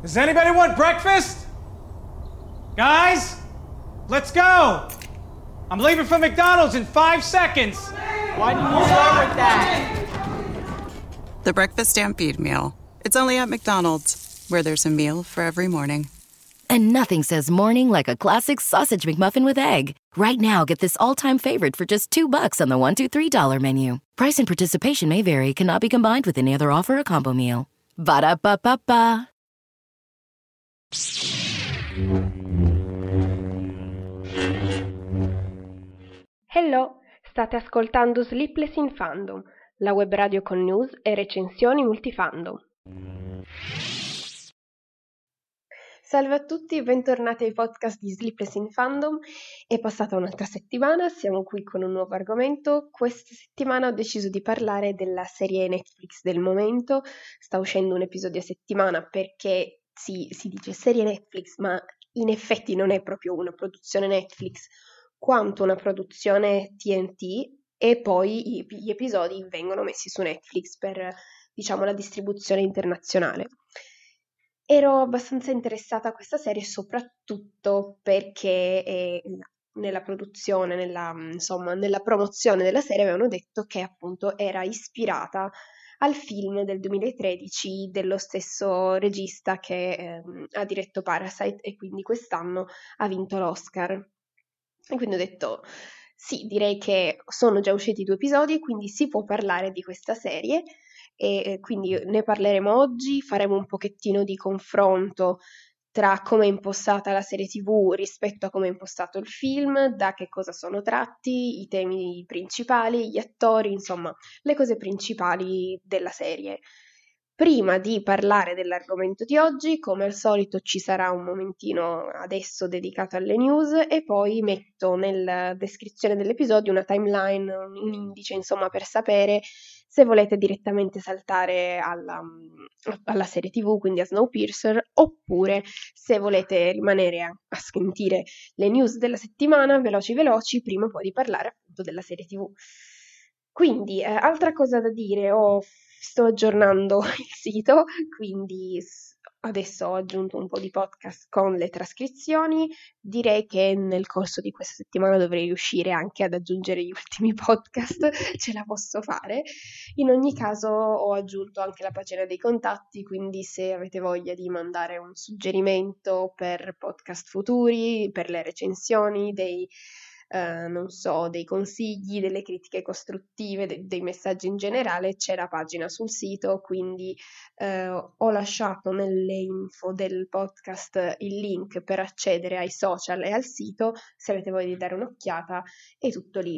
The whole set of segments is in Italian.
Does anybody want breakfast? Guys, let's go! I'm leaving for McDonald's in 5 seconds! Why did you start with that? The Breakfast Stampede Meal. It's only at McDonald's, where there's a meal for every morning. And nothing says morning like a classic sausage McMuffin with egg. Right now, get this all-time favorite for just $2 on the $1, $2, $3 menu. Price and participation may vary. Cannot be combined with any other offer or combo meal. Ba-da-ba-ba-ba. Hello, state ascoltando Sleepless in Fandom, la web radio con news e recensioni multifandom. Salve a tutti e bentornati ai podcast di Sleepless in Fandom. È passata un'altra settimana, siamo qui con un nuovo argomento. Questa settimana ho deciso di parlare della serie Netflix del momento. Sta uscendo un episodio a settimana perché si dice serie Netflix, ma in effetti non è proprio una produzione Netflix, quanto una produzione TNT, e poi gli episodi vengono messi su Netflix per, diciamo, la distribuzione internazionale. Ero abbastanza interessata a questa serie soprattutto perché nella produzione, nella promozione della serie avevano detto che appunto era ispirata al film del 2013 dello stesso regista che ha diretto Parasite e quindi quest'anno ha vinto l'Oscar. E quindi ho detto sì, direi che sono già usciti 2 episodi, quindi si può parlare di questa serie. E quindi ne parleremo oggi, faremo un pochettino di confronto tra come è impostata la serie TV rispetto a come è impostato il film, da che cosa sono tratti, i temi principali, gli attori, insomma, le cose principali della serie. Prima di parlare dell'argomento di oggi, come al solito ci sarà un momentino adesso dedicato alle news e poi metto nella descrizione dell'episodio una timeline, un indice, insomma, per sapere se volete direttamente saltare alla serie TV, quindi a Snowpiercer, oppure se volete rimanere a sentire le news della settimana veloci, prima poi di parlare appunto della serie TV. Quindi, altra cosa da dire, sto aggiornando il sito, quindi adesso ho aggiunto un po' di podcast con le trascrizioni. Direi che nel corso di questa settimana dovrei riuscire anche ad aggiungere gli ultimi podcast, ce la posso fare. In ogni caso ho aggiunto anche la pagina dei contatti, quindi se avete voglia di mandare un suggerimento per podcast futuri, per le recensioni, dei consigli, delle critiche costruttive, dei messaggi in generale, c'è la pagina sul sito, quindi ho lasciato nelle info del podcast il link per accedere ai social e al sito, se avete voglia di dare un'occhiata, è tutto lì.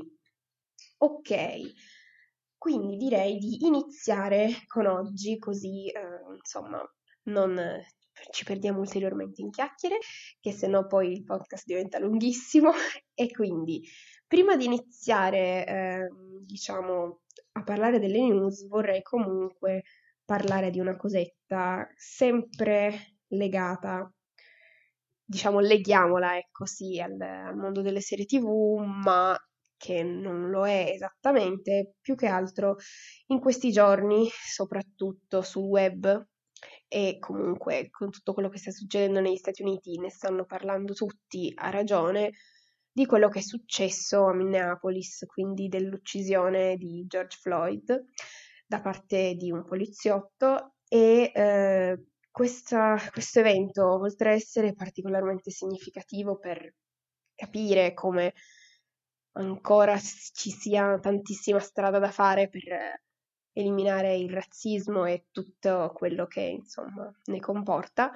Ok, quindi direi di iniziare con oggi, così insomma non ci perdiamo ulteriormente in chiacchiere, che sennò poi il podcast diventa lunghissimo. E quindi prima di iniziare diciamo a parlare delle news vorrei comunque parlare di una cosetta sempre legata, diciamo leghiamola ecco sì al mondo delle serie TV, ma che non lo è esattamente, più che altro in questi giorni, soprattutto sul web e comunque con tutto quello che sta succedendo negli Stati Uniti, ne stanno parlando tutti a ragione, di quello che è successo a Minneapolis, quindi dell'uccisione di George Floyd da parte di un poliziotto e questo evento, oltre a essere particolarmente significativo per capire come ancora ci sia tantissima strada da fare per eliminare il razzismo e tutto quello che insomma ne comporta,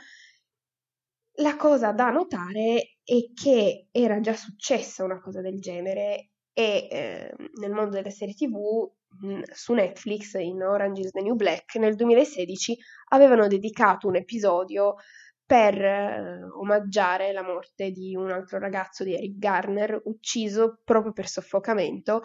la cosa da notare è che era già successa una cosa del genere e nel mondo delle serie TV su Netflix in Orange is the New Black nel 2016 avevano dedicato un episodio per omaggiare la morte di un altro ragazzo, di Eric Garner, ucciso proprio per soffocamento.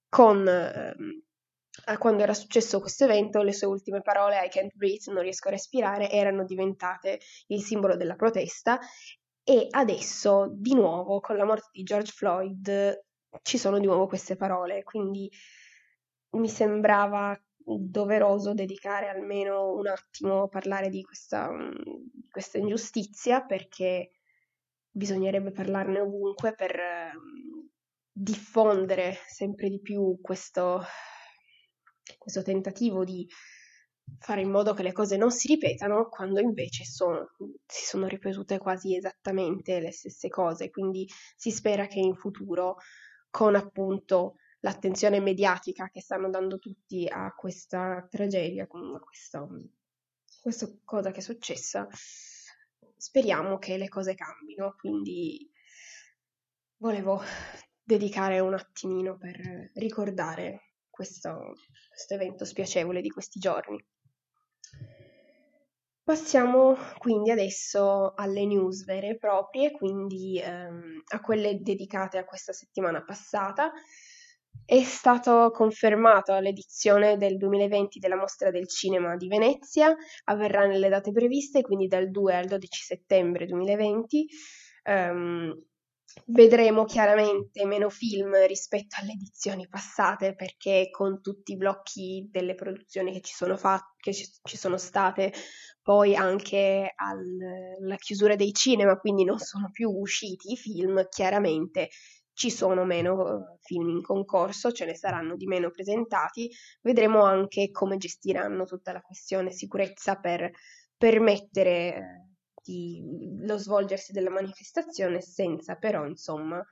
Quando era successo questo evento, le sue ultime parole, I can't breathe, non riesco a respirare, erano diventate il simbolo della protesta. E adesso, di nuovo, con la morte di George Floyd, ci sono di nuovo queste parole, quindi mi sembrava doveroso dedicare almeno un attimo a parlare di questa ingiustizia, perché bisognerebbe parlarne ovunque per diffondere sempre di più questo tentativo di fare in modo che le cose non si ripetano, quando invece si sono ripetute quasi esattamente le stesse cose. Quindi si spera che in futuro, con appunto l'attenzione mediatica che stanno dando tutti a questa tragedia, a questa cosa che è successa, speriamo che le cose cambino. Quindi volevo dedicare un attimino per ricordare questo evento spiacevole di questi giorni. Passiamo quindi adesso alle news vere e proprie, quindi a quelle dedicate a questa settimana passata. È stato confermato l'edizione del 2020 della Mostra del Cinema di Venezia, avverrà nelle date previste, quindi dal 2 al 12 settembre 2020. Vedremo chiaramente meno film rispetto alle edizioni passate, perché con tutti i blocchi delle produzioni che ci sono state, poi anche alla chiusura dei cinema, quindi non sono più usciti i film, chiaramente ci sono meno film in concorso, ce ne saranno di meno presentati. Vedremo anche come gestiranno tutta la questione sicurezza per permettere lo svolgersi della manifestazione senza però, insomma,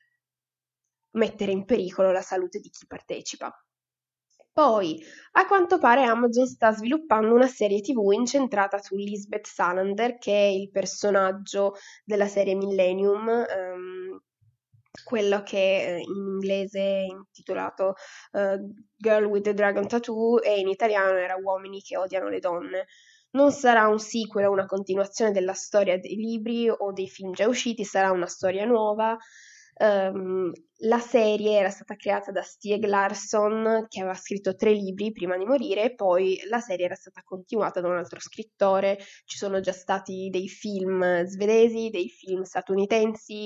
mettere in pericolo la salute di chi partecipa. Poi, a quanto pare Amazon sta sviluppando una serie TV incentrata su Lisbeth Salander, che è il personaggio della serie Millennium, quello che in inglese è intitolato Girl with the Dragon Tattoo e in italiano era Uomini che odiano le donne. Non sarà un sequel o una continuazione della storia dei libri o dei film già usciti, sarà una storia nuova. La serie era stata creata da Stieg Larsson, che aveva scritto 3 libri prima di morire, e poi la serie era stata continuata da un altro scrittore. Ci sono già stati dei film svedesi, dei film statunitensi,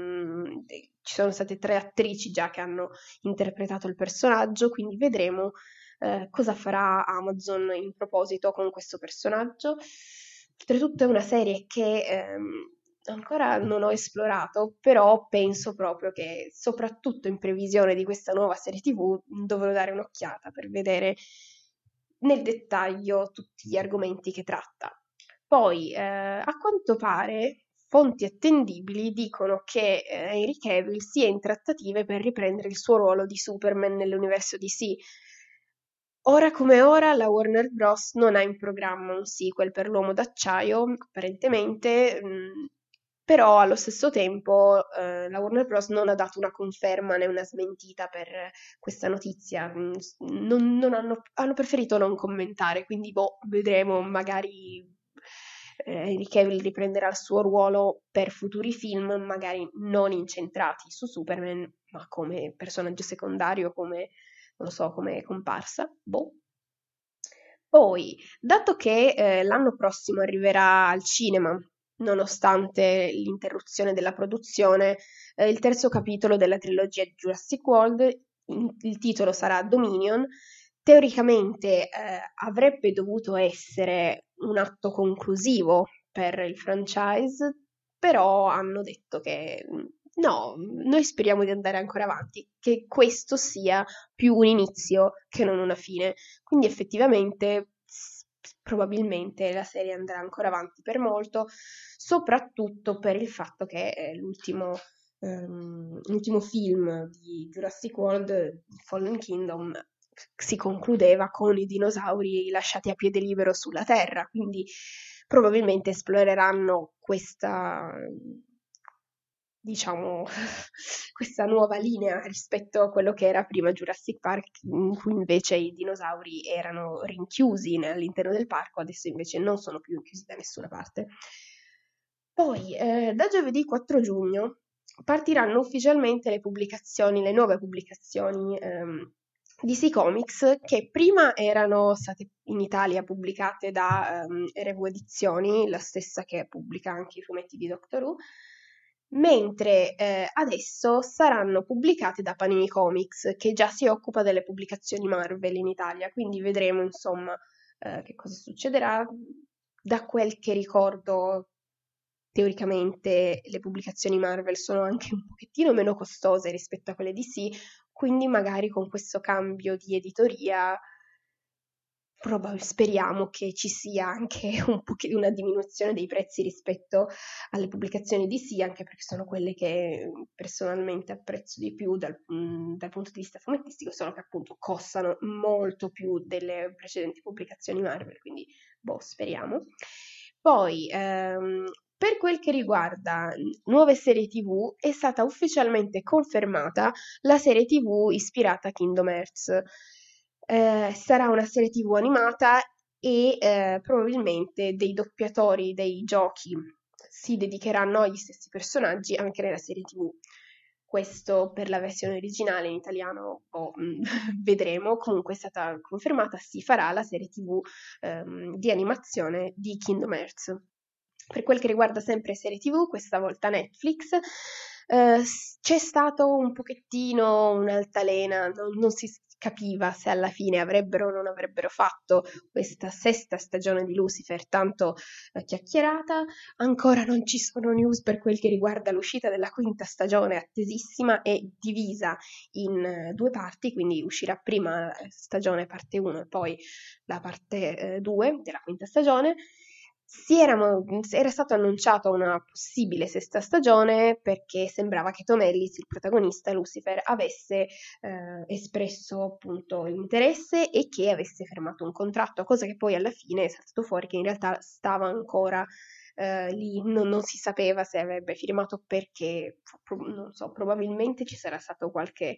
ci sono state 3 attrici già che hanno interpretato il personaggio, quindi vedremo cosa farà Amazon in proposito con questo personaggio. Oltretutto è una serie che ancora non ho esplorato, però penso proprio che, soprattutto in previsione di questa nuova serie TV, dovrò dare un'occhiata per vedere nel dettaglio tutti gli argomenti che tratta. Poi, a quanto pare, fonti attendibili dicono che Henry Cavill sia in trattative per riprendere il suo ruolo di Superman nell'universo DC. Ora come ora la Warner Bros. Non ha in programma un sequel per l'Uomo d'Acciaio, apparentemente, però allo stesso tempo la Warner Bros. Non ha dato una conferma né una smentita per questa notizia. Hanno preferito non commentare, quindi vedremo, magari Henry Cavill riprenderà il suo ruolo per futuri film, magari non incentrati su Superman, ma come personaggio secondario, come, non lo so, come comparsa. Poi, dato che l'anno prossimo arriverà al cinema, nonostante l'interruzione della produzione, il terzo capitolo della trilogia di Jurassic World, il titolo sarà Dominion. Teoricamente avrebbe dovuto essere un atto conclusivo per il franchise, però hanno detto che no, noi speriamo di andare ancora avanti, che questo sia più un inizio che non una fine. Quindi effettivamente probabilmente la serie andrà ancora avanti per molto, soprattutto per il fatto che l'ultimo film di Jurassic World, Fallen Kingdom, si concludeva con i dinosauri lasciati a piede libero sulla Terra, quindi probabilmente esploreranno questa, diciamo, questa nuova linea rispetto a quello che era prima Jurassic Park, in cui invece i dinosauri erano rinchiusi all'interno del parco, adesso invece non sono più rinchiusi da nessuna parte. Poi, da giovedì 4 giugno partiranno ufficialmente le nuove pubblicazioni DC Comics, che prima erano state in Italia pubblicate da RV Edizioni, la stessa che pubblica anche i fumetti di Doctor Who, mentre adesso saranno pubblicate da Panini Comics, che già si occupa delle pubblicazioni Marvel in Italia, quindi vedremo insomma che cosa succederà. Da quel che ricordo, teoricamente le pubblicazioni Marvel sono anche un pochettino meno costose rispetto a quelle DC, quindi magari con questo cambio di editoria speriamo che ci sia anche una diminuzione dei prezzi rispetto alle pubblicazioni DC, anche perché sono quelle che personalmente apprezzo di più dal punto di vista fumettistico, solo che appunto costano molto più delle precedenti pubblicazioni Marvel, quindi speriamo. Poi, per quel che riguarda nuove serie TV, è stata ufficialmente confermata la serie TV ispirata a Kingdom Hearts. Sarà una serie TV animata e probabilmente dei doppiatori dei giochi si dedicheranno agli stessi personaggi anche nella serie TV. Questo per la versione originale in italiano vedremo. Comunque è stata confermata, si farà la serie TV di animazione di Kingdom Hearts. Per quel che riguarda sempre serie TV, questa volta Netflix, c'è stato un pochettino un'altalena, non si capiva se alla fine avrebbero o non avrebbero fatto questa sesta stagione di Lucifer, tanto chiacchierata. Ancora non ci sono news per quel che riguarda l'uscita della quinta stagione, attesissima e divisa in due parti, quindi uscirà prima la stagione parte 1 e poi la parte 2 della quinta stagione. Era stato annunciato una possibile sesta stagione perché sembrava che Tom Ellis, il protagonista Lucifer, avesse espresso appunto l'interesse e che avesse firmato un contratto, cosa che poi alla fine è saltato fuori che in realtà stava ancora lì, non si sapeva se avrebbe firmato perché, non so, probabilmente ci sarà stato qualche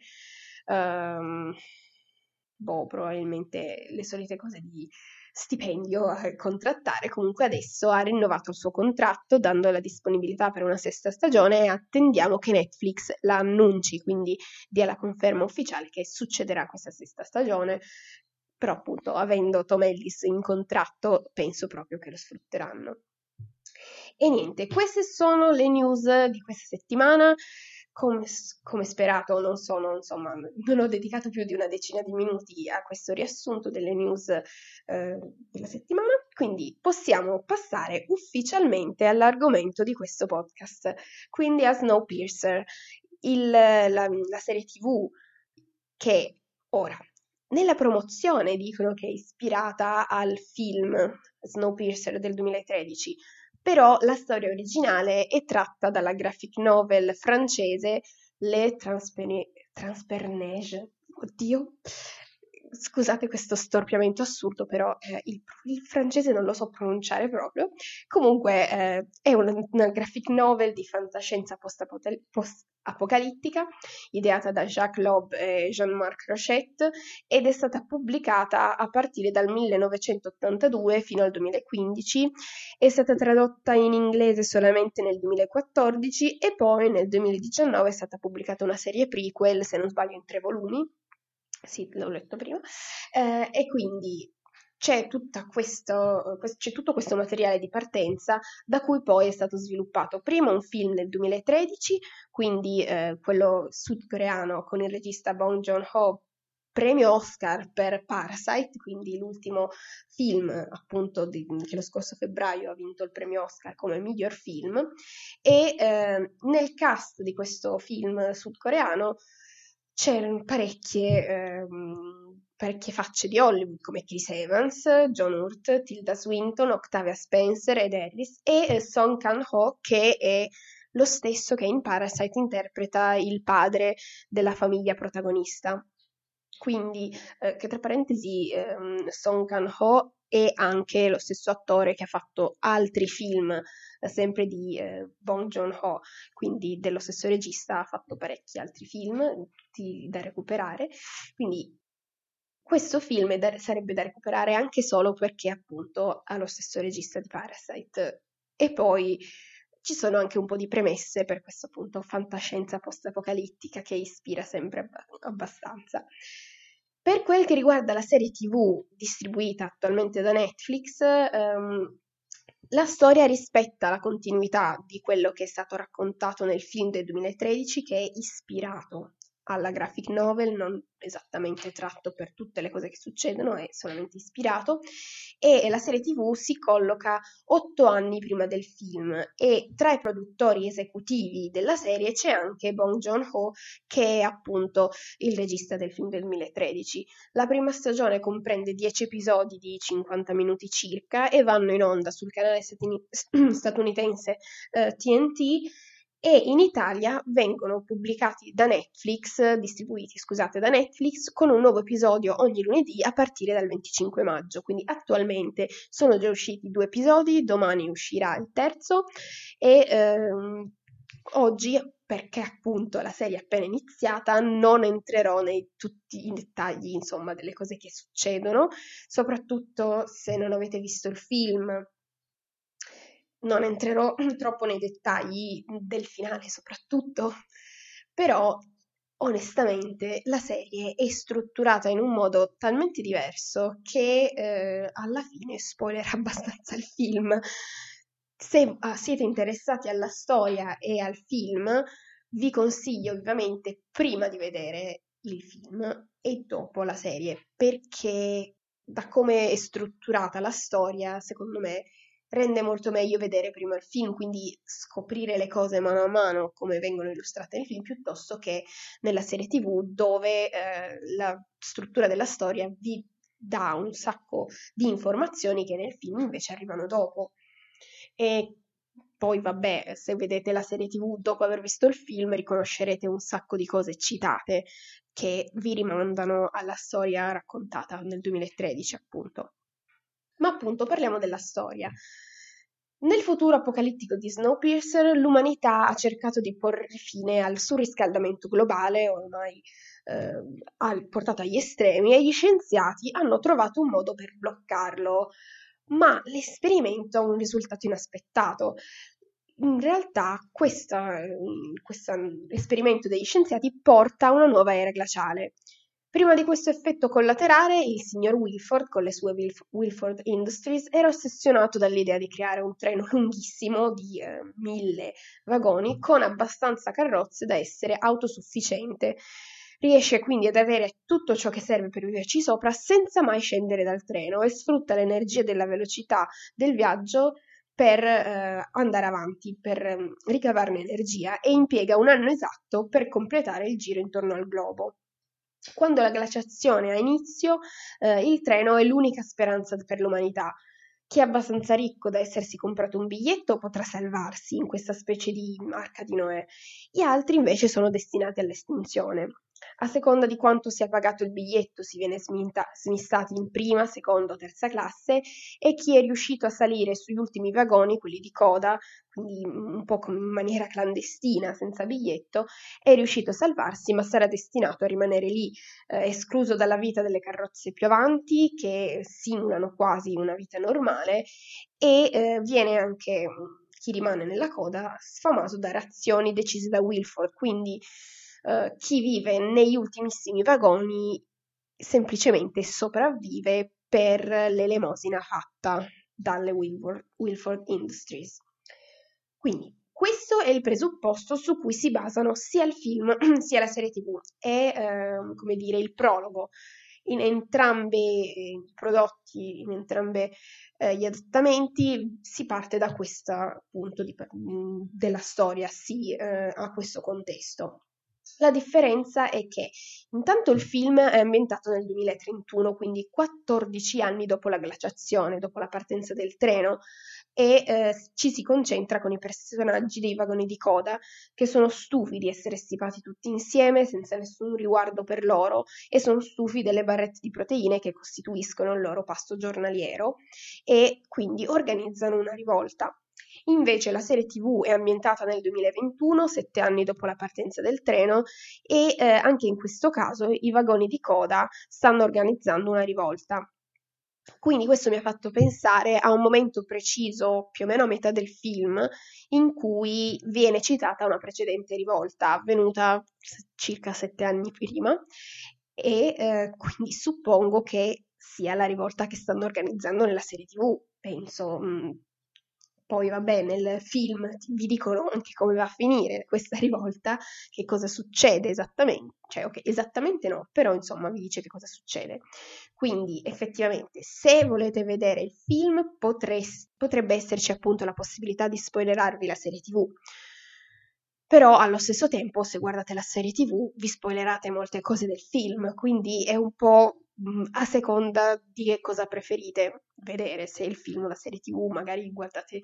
probabilmente le solite cose di stipendio a contrattare. Comunque adesso ha rinnovato il suo contratto dando la disponibilità per una sesta stagione e attendiamo che Netflix la annunci, quindi dia la conferma ufficiale che succederà questa sesta stagione, però appunto avendo Tom Ellis in contratto penso proprio che lo sfrutteranno. E niente, queste sono le news di questa settimana. Come sperato, non ho dedicato più di una decina di minuti a questo riassunto delle news della settimana, quindi possiamo passare ufficialmente all'argomento di questo podcast, quindi a Snowpiercer, la serie TV che ora nella promozione dicono che è ispirata al film Snowpiercer del 2013, però la storia originale è tratta dalla graphic novel francese Le Transperneige. Oddio, scusate questo storpiamento assurdo, però il francese non lo so pronunciare proprio. Comunque è una graphic novel di fantascienza post-apocalittica, ideata da Jacques Loeb e Jean-Marc Rochette, ed è stata pubblicata a partire dal 1982 fino al 2015, è stata tradotta in inglese solamente nel 2014 e poi nel 2019 è stata pubblicata una serie prequel, se non sbaglio in 3 volumi, sì, l'ho letto prima, e quindi c'è tutto questo materiale di partenza da cui poi è stato sviluppato prima un film nel 2013, quindi quello sudcoreano con il regista Bong Joon-ho, premio Oscar per Parasite, quindi l'ultimo film appunto che lo scorso febbraio ha vinto il premio Oscar come miglior film, e nel cast di questo film sudcoreano c'erano parecchie facce di Hollywood come Chris Evans, John Hurt, Tilda Swinton, Octavia Spencer ed Harris e Song Kang-ho, che è lo stesso che in Parasite interpreta il padre della famiglia protagonista. Quindi, che tra parentesi, Song Kang-ho è anche lo stesso attore che ha fatto altri film sempre di Bong Joon-ho, quindi dello stesso regista, ha fatto parecchi altri film tutti da recuperare, quindi questo film sarebbe da recuperare anche solo perché appunto ha lo stesso regista di Parasite. E poi ci sono anche un po' di premesse per questo appunto fantascienza post-apocalittica che ispira sempre abbastanza. Per quel che riguarda la serie TV distribuita attualmente da Netflix, La storia rispetta la continuità di quello che è stato raccontato nel film del 2013, che è ispirato alla graphic novel, non esattamente tratto per tutte le cose che succedono, è solamente ispirato, e la serie TV si colloca 8 anni prima del film, e tra i produttori esecutivi della serie c'è anche Bong Joon-ho, che è appunto il regista del film del 2013. La prima stagione comprende 10 episodi di 50 minuti circa e vanno in onda sul canale statunitense TNT, e in Italia vengono pubblicati da Netflix, distribuiti, scusate, da Netflix, con un nuovo episodio ogni lunedì a partire dal 25 maggio. Quindi attualmente sono già usciti 2 episodi, domani uscirà il terzo, e oggi, perché appunto la serie è appena iniziata, non entrerò nei tutti i dettagli, insomma, delle cose che succedono, soprattutto se non avete visto il film. Non entrerò troppo nei dettagli del finale soprattutto, però onestamente la serie è strutturata in un modo talmente diverso che alla fine spoilerà abbastanza il film. Se siete interessati alla storia e al film, vi consiglio ovviamente prima di vedere il film e dopo la serie, perché da come è strutturata la storia, secondo me, rende molto meglio vedere prima il film, quindi scoprire le cose mano a mano come vengono illustrate nel film, piuttosto che nella serie TV, dove la struttura della storia vi dà un sacco di informazioni che nel film invece arrivano dopo. E poi vabbè, se vedete la serie TV dopo aver visto il film, riconoscerete un sacco di cose citate che vi rimandano alla storia raccontata nel 2013, appunto. Ma appunto parliamo della storia. Nel futuro apocalittico di Snowpiercer, l'umanità ha cercato di porre fine al surriscaldamento globale, ormai portato agli estremi, e gli scienziati hanno trovato un modo per bloccarlo, ma l'esperimento ha un risultato inaspettato. In realtà questo esperimento degli scienziati porta a una nuova era glaciale. Prima di questo effetto collaterale, il signor Wilford, con le sue Wilford Industries, era ossessionato dall'idea di creare un treno lunghissimo di 1000 vagoni con abbastanza carrozze da essere autosufficiente. Riesce quindi ad avere tutto ciò che serve per viverci sopra senza mai scendere dal treno, e sfrutta l'energia della velocità del viaggio per andare avanti, per ricavarne energia, e impiega 1 anno esatto per completare il giro intorno al globo. Quando la glaciazione ha inizio, il treno è l'unica speranza per l'umanità. Chi è abbastanza ricco da essersi comprato un biglietto potrà salvarsi in questa specie di arca di Noè. Gli altri invece sono destinati all'estinzione. A seconda di quanto sia pagato il biglietto si viene smistati in prima, seconda o terza classe, e chi è riuscito a salire sugli ultimi vagoni, quelli di coda, quindi un po' in maniera clandestina, senza biglietto, è riuscito a salvarsi, ma sarà destinato a rimanere lì, escluso dalla vita delle carrozze più avanti, che simulano quasi una vita normale, e viene anche chi rimane nella coda sfamato da razioni decise da Wilford, quindi chi vive negli ultimissimi vagoni semplicemente sopravvive per l'elemosina fatta dalle Wilford Industries. Quindi questo è il presupposto su cui si basano sia il film sia la serie TV. È come dire il prologo. In entrambi i prodotti, in entrambi gli adattamenti, si parte da questo punto della storia, a questo contesto. La differenza è che intanto il film è ambientato nel 2031, quindi 14 anni dopo la glaciazione, dopo la partenza del treno, e ci si concentra con i personaggi dei vagoni di coda, che sono stufi di essere stipati tutti insieme senza nessun riguardo per loro, e sono stufi delle barrette di proteine che costituiscono il loro pasto giornaliero, e quindi organizzano una rivolta. Invece la serie TV è ambientata nel 2021, 7 anni dopo la partenza del treno, e anche in questo caso i vagoni di coda stanno organizzando una rivolta. Quindi questo mi ha fatto pensare a un momento preciso, più o meno a metà del film, in cui viene citata una precedente rivolta avvenuta circa 7 anni prima, e quindi suppongo che sia la rivolta che stanno organizzando nella serie TV, penso. poi vabbè nel film vi dicono anche come va a finire questa rivolta, che cosa succede esattamente, cioè ok, esattamente no, però insomma vi dice che cosa succede. Quindi effettivamente se volete vedere il film potrebbe esserci appunto la possibilità di spoilerarvi la serie TV. Però allo stesso tempo, se guardate la serie TV, vi spoilerate molte cose del film, quindi è un po' a seconda di che cosa preferite vedere, se il film o la serie TV, magari guardate...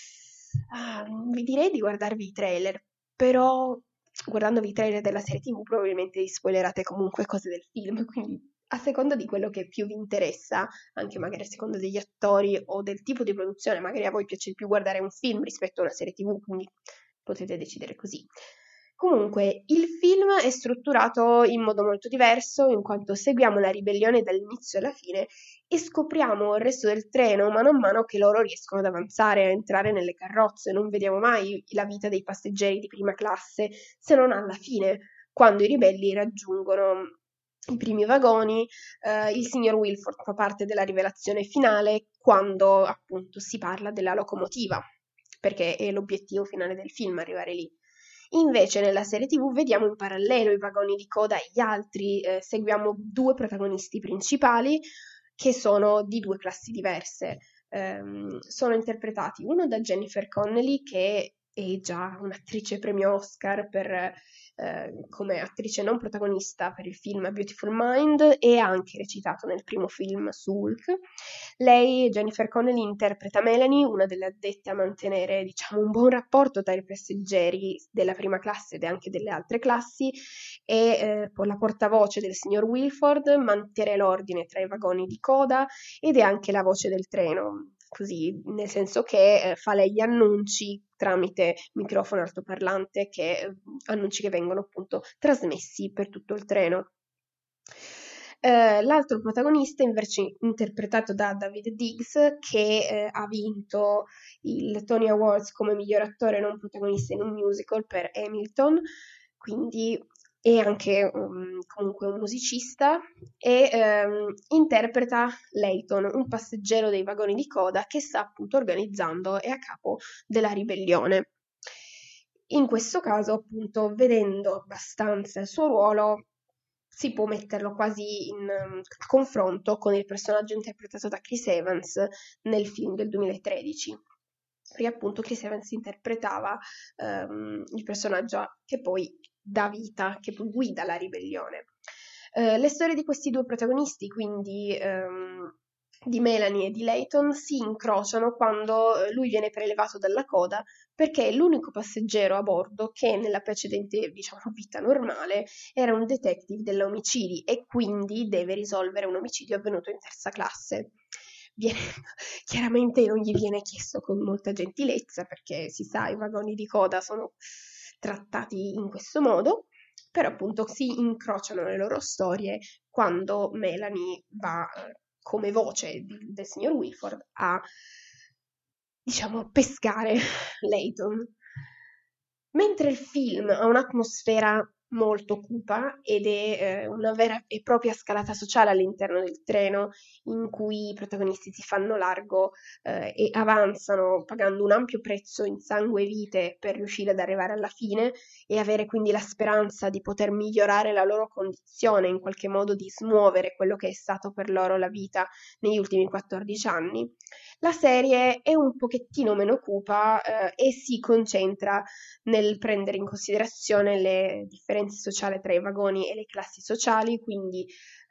vi direi di guardarvi i trailer, però guardandovi i trailer della serie TV probabilmente vi spoilerate comunque cose del film, quindi a seconda di quello che più vi interessa, anche magari a seconda degli attori o del tipo di produzione, magari a voi piace di più guardare un film rispetto a una serie TV, quindi potete decidere così. Comunque, il film è strutturato in modo molto diverso, in quanto seguiamo la ribellione dall'inizio alla fine e scopriamo il resto del treno mano a mano che loro riescono ad avanzare, a entrare nelle carrozze. Non vediamo mai la vita dei passeggeri di prima classe, se non alla fine, quando i ribelli raggiungono i primi vagoni. Il signor Wilford fa parte della rivelazione finale, quando appunto si parla della locomotiva, perché è l'obiettivo finale del film arrivare lì. Invece nella serie TV vediamo in parallelo i vagoni di coda e gli altri, seguiamo due protagonisti principali che sono di due classi diverse. Sono interpretati uno da Jennifer Connelly, che è già un'attrice premio Oscar come attrice non protagonista per il film A Beautiful Mind, e ha anche recitato nel primo film su Hulk. Lei, Jennifer Connelly, interpreta Melanie, una delle addette a mantenere, diciamo, un buon rapporto tra i passeggeri della prima classe ed anche delle altre classi, e la portavoce del signor Wilford, mantenere l'ordine tra i vagoni di coda, ed è anche la voce del treno, così, nel senso che fa lei gli annunci tramite microfono altoparlante, annunci che vengono appunto trasmessi per tutto il treno. L'altro protagonista invece interpretato da David Diggs, che ha vinto il Tony Awards come miglior attore non protagonista in un musical per Hamilton, quindi è anche comunque un musicista, e interpreta Layton, un passeggero dei vagoni di coda che sta appunto organizzando e a capo della ribellione. In questo caso, appunto, vedendo abbastanza il suo ruolo, si può metterlo quasi a confronto con il personaggio interpretato da Chris Evans nel film del 2013, perché appunto Chris Evans interpretava il personaggio che poi dà vita, che poi guida la ribellione. Le storie di questi due protagonisti, quindi di Melanie e di Layton, si incrociano quando lui viene prelevato dalla coda, perché è l'unico passeggero a bordo che nella precedente, diciamo, vita normale era un detective della omicidi e quindi deve risolvere un omicidio avvenuto in terza classe. Chiaramente non gli viene chiesto con molta gentilezza, perché si sa, i vagoni di coda sono trattati in questo modo, però appunto si incrociano le loro storie quando Melanie va come voce del signor Wilford a, diciamo, pescare Layton. Mentre il film ha un'atmosfera molto cupa ed è una vera e propria scalata sociale all'interno del treno, in cui i protagonisti si fanno largo e avanzano pagando un ampio prezzo in sangue e vite per riuscire ad arrivare alla fine e avere quindi la speranza di poter migliorare la loro condizione, in qualche modo di smuovere quello che è stato per loro la vita negli ultimi 14 anni. La serie è un pochettino meno cupa e si concentra nel prendere in considerazione le differenze sociali tra i vagoni e le classi sociali, quindi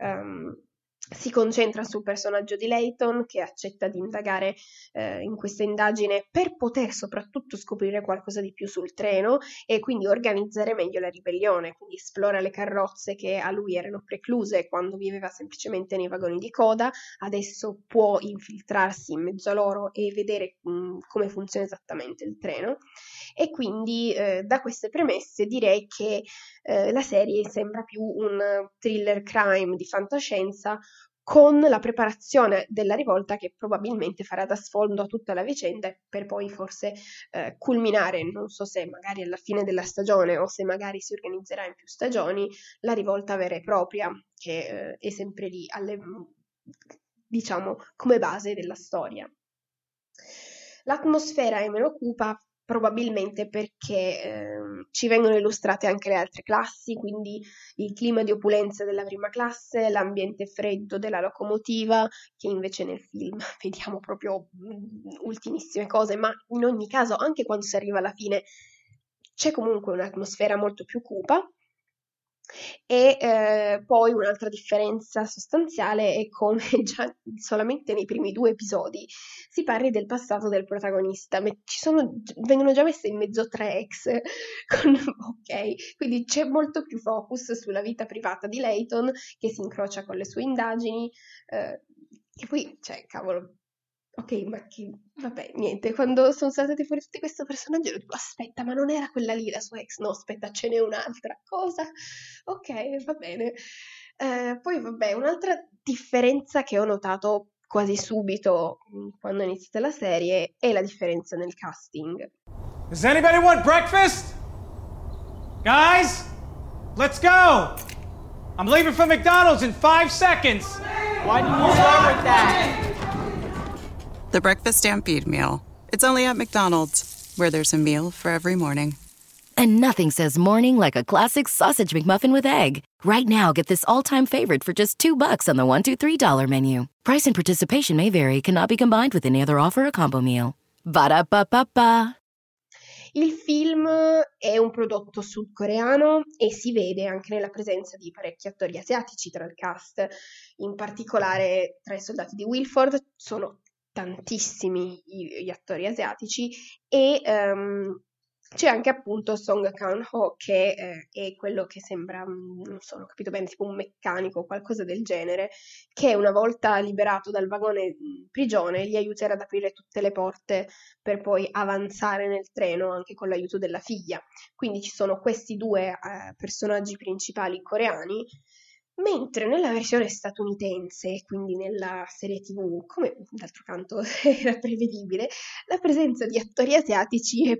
si concentra sul personaggio di Layton, che accetta di indagare in questa indagine per poter soprattutto scoprire qualcosa di più sul treno e quindi organizzare meglio la ribellione, quindi esplora le carrozze che a lui erano precluse quando viveva semplicemente nei vagoni di coda. Adesso può infiltrarsi in mezzo a loro e vedere come funziona esattamente il treno, e quindi da queste premesse direi che la serie sembra più un thriller crime di fantascienza, con la preparazione della rivolta che probabilmente farà da sfondo a tutta la vicenda per poi forse culminare, non so se magari alla fine della stagione o se magari si organizzerà in più stagioni, la rivolta vera e propria che è sempre lì diciamo come base della storia. L'atmosfera è meno cupa probabilmente perché ci vengono illustrate anche le altre classi, quindi il clima di opulenza della prima classe, l'ambiente freddo della locomotiva, che invece nel film vediamo proprio ultimissime cose, ma in ogni caso, anche quando si arriva alla fine, c'è comunque un'atmosfera molto più cupa. E poi un'altra differenza sostanziale è come già solamente nei primi 2 episodi si parli del passato del protagonista. Vengono già messe in mezzo 3 ex, ok, quindi c'è molto più focus sulla vita privata di Layton che si incrocia con le sue indagini, che poi, cioè, cavolo. Ok, vabbè, niente, quando sono saltate fuori tutti questi personaggi ero tipo, aspetta, ma non era quella lì la sua ex? No, aspetta, ce n'è un'altra cosa? Ok, va bene. Poi, vabbè, un'altra differenza che ho notato quasi subito quando è iniziata la serie è la differenza nel casting. Does anybody want breakfast? Guys, let's go! I'm leaving for McDonald's in 5 seconds! Why did you start with that? The Breakfast Stampede Meal. It's only at McDonald's, where there's a meal for every morning. And nothing says morning like a classic sausage McMuffin with egg. Right now, get this all-time favorite for just $2 on the $1, $2, $3 menu. Price and participation may vary. Cannot be combined with any other offer or combo meal. Ba-da-ba-ba-ba. Il film è un prodotto sudcoreano e si vede anche nella presenza di parecchi attori asiatici tra il cast, in particolare tra i soldati di Wilford sono tantissimi gli attori asiatici e c'è anche appunto Song Kang-ho che è quello che sembra, non so, non ho capito bene, tipo un meccanico o qualcosa del genere, che una volta liberato dal vagone prigione gli aiuterà ad aprire tutte le porte per poi avanzare nel treno anche con l'aiuto della figlia. Quindi ci sono questi 2 personaggi principali coreani, mentre nella versione statunitense, quindi nella serie TV, come d'altro canto era prevedibile, la presenza di attori asiatici è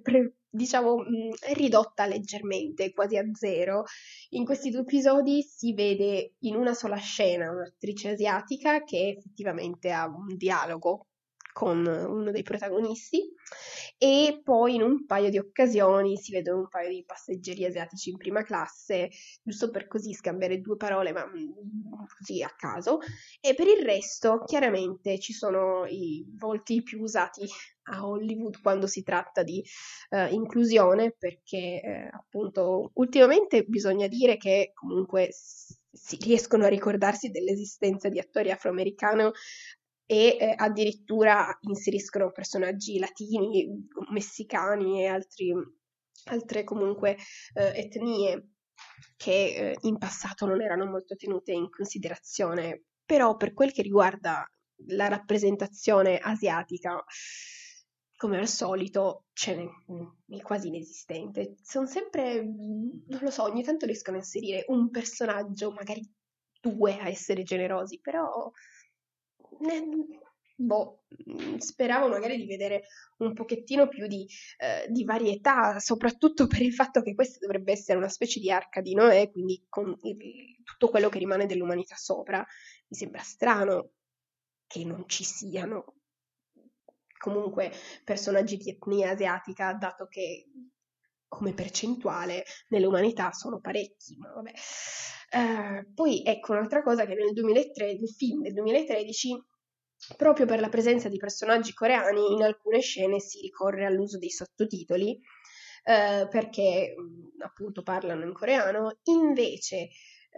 è ridotta leggermente, quasi a 0. In questi 2 episodi si vede in una sola scena un'attrice asiatica che effettivamente ha un dialogo con uno dei protagonisti e poi in un paio di occasioni si vedono un paio di passeggeri asiatici in prima classe, giusto per così scambiare 2 parole, ma così a caso, e per il resto chiaramente ci sono i volti più usati a Hollywood quando si tratta di inclusione, perché appunto ultimamente bisogna dire che comunque si riescono a ricordarsi dell'esistenza di attori afroamericani e addirittura inseriscono personaggi latini, messicani e altre comunque etnie che in passato non erano molto tenute in considerazione. Però per quel che riguarda la rappresentazione asiatica, come al solito, è quasi inesistente. Sono sempre, non lo so, ogni tanto riescono a inserire un personaggio, magari 2 a essere generosi, però speravo magari di vedere un pochettino più di varietà, soprattutto per il fatto che questa dovrebbe essere una specie di arca di Noè, quindi con tutto quello che rimane dell'umanità sopra. Mi sembra strano che non ci siano comunque personaggi di etnia asiatica, dato che come percentuale nell'umanità sono parecchi, ma vabbè. Poi ecco un'altra cosa, che nel film del 2013, proprio per la presenza di personaggi coreani, in alcune scene si ricorre all'uso dei sottotitoli, perché appunto parlano in coreano. Invece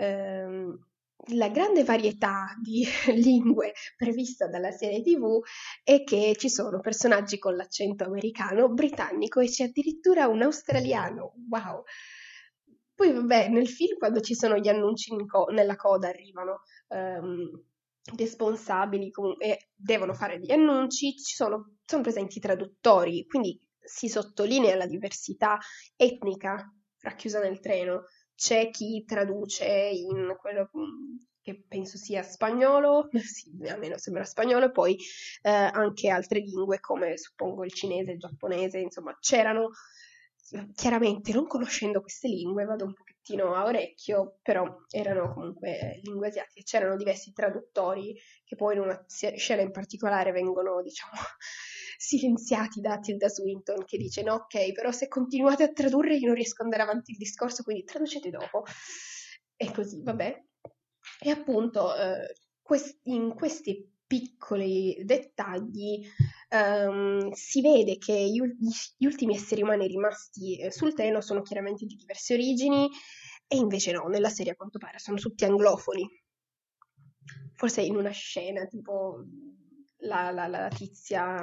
la grande varietà di lingue prevista dalla serie TV è che ci sono personaggi con l'accento americano, britannico e c'è addirittura un australiano. Wow! Poi vabbè, nel film quando ci sono gli annunci nella coda arrivano responsabili e devono fare gli annunci, sono presenti traduttori, quindi si sottolinea la diversità etnica racchiusa nel treno. C'è chi traduce in quello che penso sia spagnolo, sì, almeno sembra spagnolo, e poi anche altre lingue come suppongo il cinese, il giapponese, insomma c'erano, chiaramente non conoscendo queste lingue vado un pochettino a orecchio, però erano comunque lingue asiatiche, c'erano diversi traduttori che poi in una scena in particolare vengono, diciamo, silenziati da Tilda Swinton, che dice no, ok, però se continuate a tradurre io non riesco ad andare avanti il discorso, quindi traducete dopo. E così, vabbè. E appunto in questi piccoli dettagli si vede che gli ultimi esseri umani rimasti sul treno sono chiaramente di diverse origini, e invece no, nella serie a quanto pare sono tutti anglofoni. Forse in una scena tipo la tizia,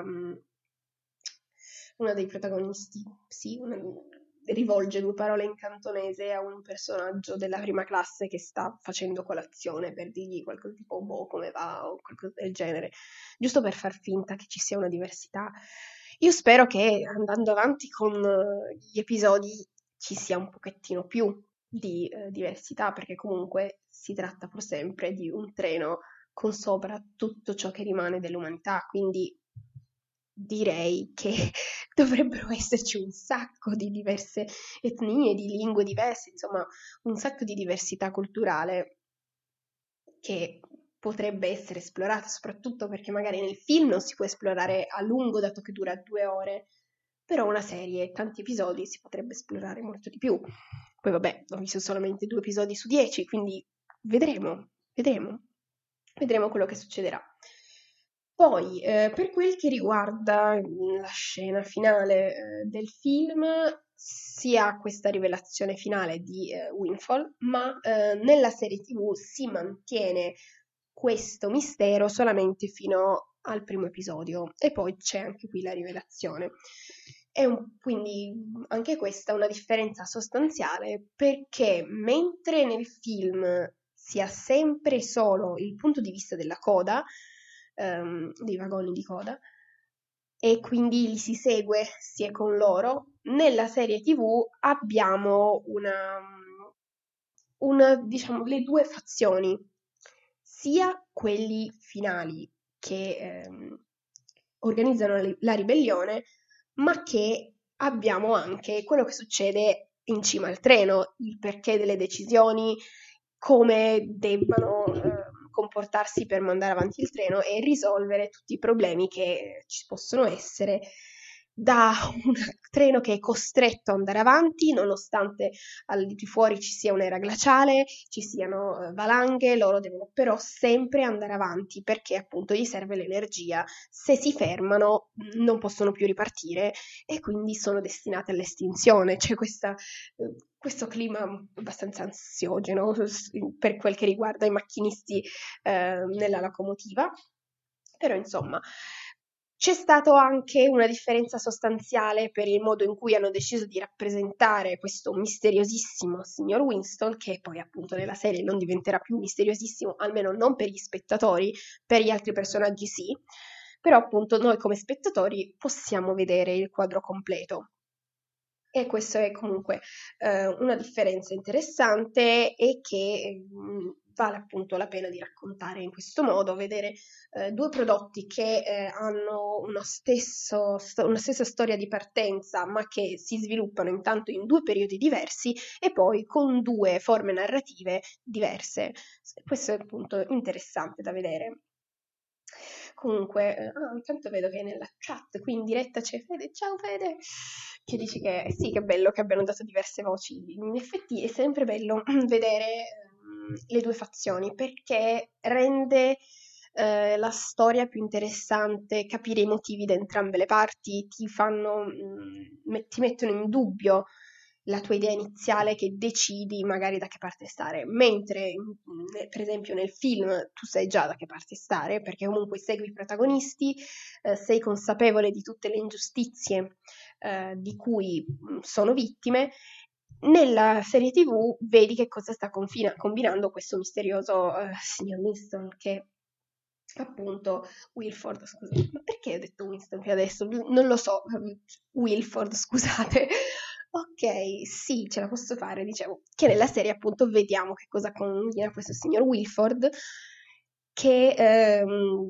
una dei protagonisti, sì, rivolge 2 parole in cantonese a un personaggio della prima classe che sta facendo colazione, per dirgli qualcosa tipo boh, come va, o qualcosa del genere, giusto per far finta che ci sia una diversità. Io spero che andando avanti con gli episodi ci sia un pochettino più di diversità, perché comunque si tratta pur sempre di un treno con sopra tutto ciò che rimane dell'umanità, quindi direi che dovrebbero esserci un sacco di diverse etnie, di lingue diverse, insomma un sacco di diversità culturale che potrebbe essere esplorata, soprattutto perché magari nel film non si può esplorare a lungo, dato che dura 2 ore, però una serie, tanti episodi, si potrebbe esplorare molto di più. Poi vabbè, ho visto solamente 2 episodi su 10, quindi vedremo quello che succederà. Poi, per quel che riguarda la scena finale del film, si ha questa rivelazione finale di Windfall, ma nella serie TV si mantiene questo mistero solamente fino al primo episodio, e poi c'è anche qui la rivelazione. Quindi anche questa è una differenza sostanziale, perché mentre nel film si ha sempre solo il punto di vista della coda, dei vagoni di coda, e quindi li si segue, si è con loro, nella serie TV abbiamo diciamo, le 2 fazioni, sia quelli finali che organizzano la ribellione, ma che abbiamo anche quello che succede in cima al treno, il perché delle decisioni, come debbano comportarsi per mandare avanti il treno e risolvere tutti i problemi che ci possono essere da un treno che è costretto ad andare avanti nonostante al di fuori ci sia un'era glaciale, ci siano valanghe, loro devono però sempre andare avanti perché appunto gli serve l'energia. Se si fermano non possono più ripartire e quindi sono destinate all'estinzione. C'è questo clima abbastanza ansiogeno per quel che riguarda i macchinisti nella locomotiva, però insomma c'è stata anche una differenza sostanziale per il modo in cui hanno deciso di rappresentare questo misteriosissimo signor Winston, che poi appunto nella serie non diventerà più misteriosissimo, almeno non per gli spettatori, per gli altri personaggi sì, però appunto noi come spettatori possiamo vedere il quadro completo. E questo è comunque una differenza interessante e che vale appunto la pena di raccontare in questo modo, vedere 2 prodotti che hanno una stessa storia di partenza, ma che si sviluppano intanto in 2 periodi diversi e poi con 2 forme narrative diverse. Questo è appunto interessante da vedere. Comunque, intanto vedo che nella chat qui in diretta c'è Fede, ciao Fede, che dice che sì, che è bello che abbiano dato diverse voci. In effetti è sempre bello vedere le 2 fazioni, perché rende la storia più interessante, capire i motivi da entrambe le parti, ti mettono in dubbio la tua idea iniziale, che decidi magari da che parte stare, mentre per esempio nel film tu sai già da che parte stare, perché comunque segui i protagonisti, sei consapevole di tutte le ingiustizie di cui sono vittime. Nella serie TV vedi che cosa sta combinando questo misterioso signor Winston, che appunto Wilford, scusate, ma perché ho detto Winston che adesso? Non lo so, Wilford, scusate. Ok, sì, ce la posso fare, dicevo, che nella serie appunto vediamo che cosa combina questo signor Wilford, che a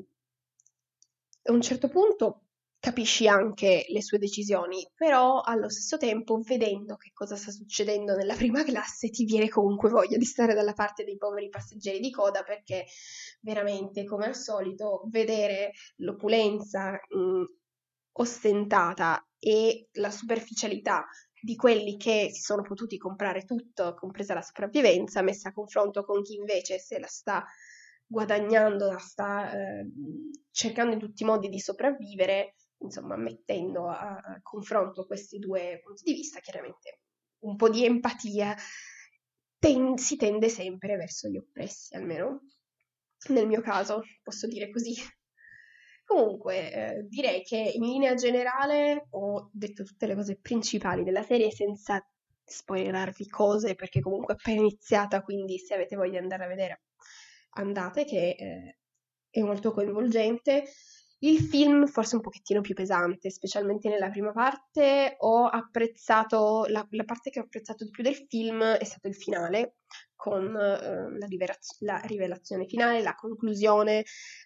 un certo punto capisci anche le sue decisioni, però allo stesso tempo, vedendo che cosa sta succedendo nella prima classe, ti viene comunque voglia di stare dalla parte dei poveri passeggeri di coda, perché veramente, come al solito, vedere l'opulenza ostentata e la superficialità di quelli che si sono potuti comprare tutto, compresa la sopravvivenza, messa a confronto con chi invece se la sta guadagnando, la sta cercando in tutti i modi di sopravvivere, insomma, mettendo a confronto questi due punti di vista, chiaramente un po' di empatia si tende sempre verso gli oppressi, almeno nel mio caso, posso dire così. Comunque, direi che in linea generale ho detto tutte le cose principali della serie senza spoilerarvi cose, perché comunque è appena iniziata, quindi se avete voglia di andare a vedere, andate, che è molto coinvolgente. Il film forse un pochettino più pesante, specialmente nella prima parte. Ho apprezzato, la parte che ho apprezzato di più del film è stato il finale, con la rivelazione finale, la conclusione,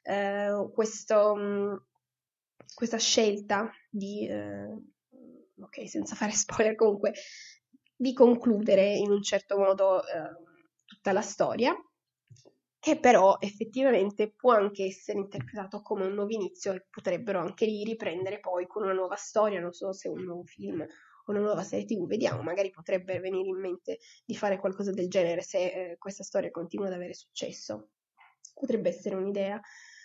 questa scelta di, ok, senza fare spoiler comunque, di concludere in un certo modo tutta la storia, che però effettivamente può anche essere interpretato come un nuovo inizio e potrebbero anche riprendere poi con una nuova storia, non so se un nuovo film o una nuova serie TV, vediamo, magari potrebbe venire in mente di fare qualcosa del genere se questa storia continua ad avere successo, potrebbe essere un'idea.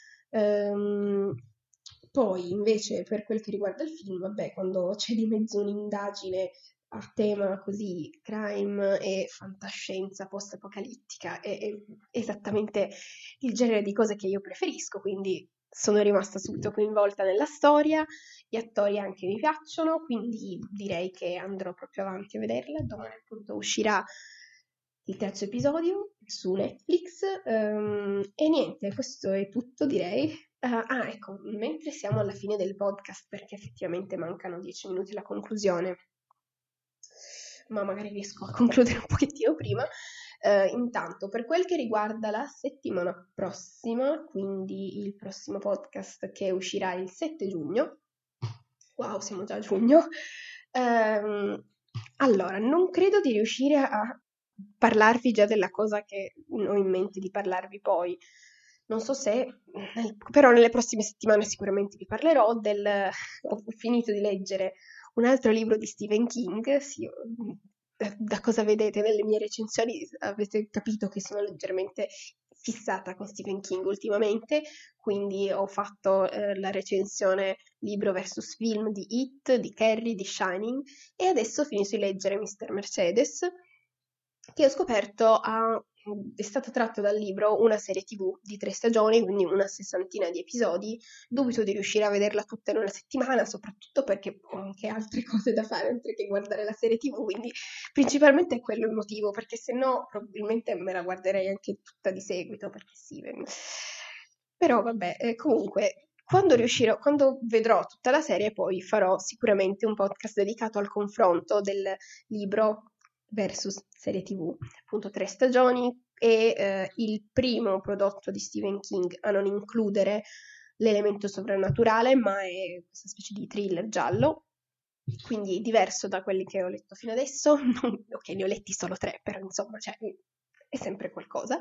Poi invece per quel che riguarda il film, vabbè, quando c'è di mezzo un'indagine a tema così crime e fantascienza post-apocalittica è esattamente il genere di cose che io preferisco, quindi sono rimasta subito coinvolta nella storia, gli attori anche mi piacciono, quindi direi che andrò proprio avanti a vederla. Domani appunto uscirà il terzo episodio su Netflix e niente, questo è tutto, direi. Ecco, mentre siamo alla fine del podcast, perché effettivamente mancano 10 minuti alla conclusione, ma magari riesco a concludere un pochettino prima. Intanto, per quel che riguarda la settimana prossima, quindi il prossimo podcast che uscirà il 7 giugno, wow, siamo già a giugno, allora, non credo di riuscire a parlarvi già della cosa che ho in mente di parlarvi poi. Non so se, però nelle prossime settimane sicuramente vi parlerò ho finito di leggere un altro libro di Stephen King. Sì, da cosa vedete nelle mie recensioni avete capito che sono leggermente fissata con Stephen King ultimamente, quindi ho fatto la recensione libro versus film di It, di Carrie, di Shining, e adesso ho finito di leggere Mr. Mercedes, che ho scoperto è stato tratto dal libro una serie TV di 3 stagioni, quindi una 60ina di episodi. Dubito di riuscire a vederla tutta in una settimana, soprattutto perché ho anche altre cose da fare oltre che guardare la serie TV, quindi principalmente è quello il motivo, perché se no probabilmente me la guarderei anche tutta di seguito, perché sì. Però vabbè, comunque quando vedrò tutta la serie poi farò sicuramente un podcast dedicato al confronto del libro versus serie TV, appunto 3 stagioni, e il primo prodotto di Stephen King a non includere l'elemento sovrannaturale, ma è questa specie di thriller giallo, quindi diverso da quelli che ho letto fino adesso. Ok, ne ho letti solo 3, però insomma, cioè, è sempre qualcosa.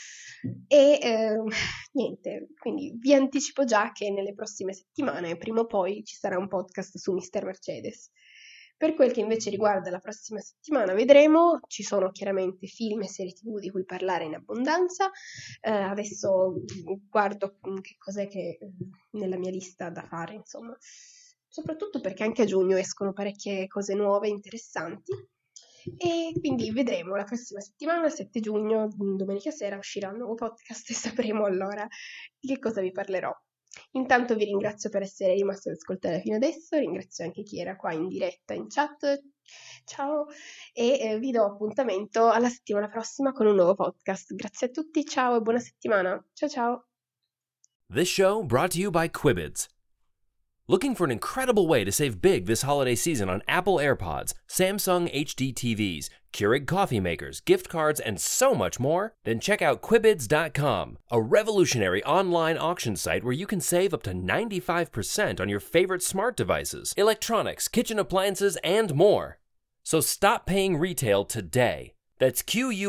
E niente, quindi vi anticipo già che nelle prossime settimane, prima o poi, ci sarà un podcast su Mr. Mercedes. Per quel che invece riguarda la prossima settimana, vedremo, ci sono chiaramente film e serie TV di cui parlare in abbondanza. Adesso guardo che cos'è che nella mia lista da fare, insomma, soprattutto perché anche a giugno escono parecchie cose nuove, interessanti, e quindi vedremo la prossima settimana, 7 giugno, domenica sera, uscirà un nuovo podcast e sapremo allora di che cosa vi parlerò. Intanto vi ringrazio per essere rimasti ad ascoltare fino adesso, ringrazio anche chi era qua in diretta in chat, ciao, e vi do appuntamento alla settimana prossima con un nuovo podcast. Grazie a tutti, ciao e buona settimana, ciao ciao. This show brought to you by Quibids. Looking for an incredible way to save big this holiday season on Apple AirPods, Samsung HD TVs, Keurig coffee makers, gift cards, and so much more? Then check out Quibids.com, a revolutionary online auction site where you can save up to 95% on your favorite smart devices, electronics, kitchen appliances, and more. So stop paying retail today. That's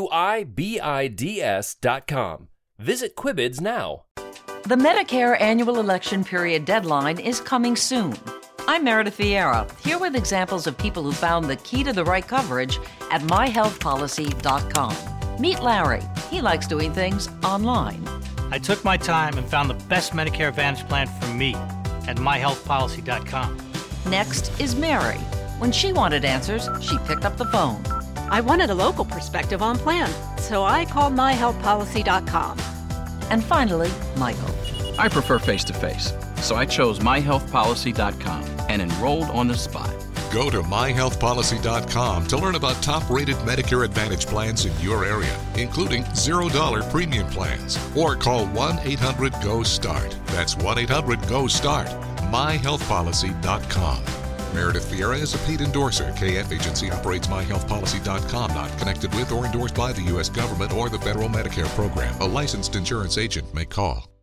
QUIBIDS.com. Visit Quibids now. The Medicare annual election period deadline is coming soon. I'm Meredith Vieira, here with examples of people who found the key to the right coverage at myhealthpolicy.com. Meet Larry. He likes doing things online. I took my time and found the best Medicare Advantage plan for me at myhealthpolicy.com. Next is Mary. When she wanted answers, she picked up the phone. I wanted a local perspective on plan, so I called myhealthpolicy.com. And finally, Michael. I prefer face-to-face, so I chose myhealthpolicy.com and enrolled on the spot. Go to myhealthpolicy.com to learn about top-rated Medicare Advantage plans in your area, including $0 premium plans. Or call 1-800-GO-START. That's 1-800-GO-START. myhealthpolicy.com. Meredith Vieira is a paid endorser. KF Agency operates myhealthpolicy.com, not connected with or endorsed by the U.S. government or the federal Medicare program. A licensed insurance agent may call.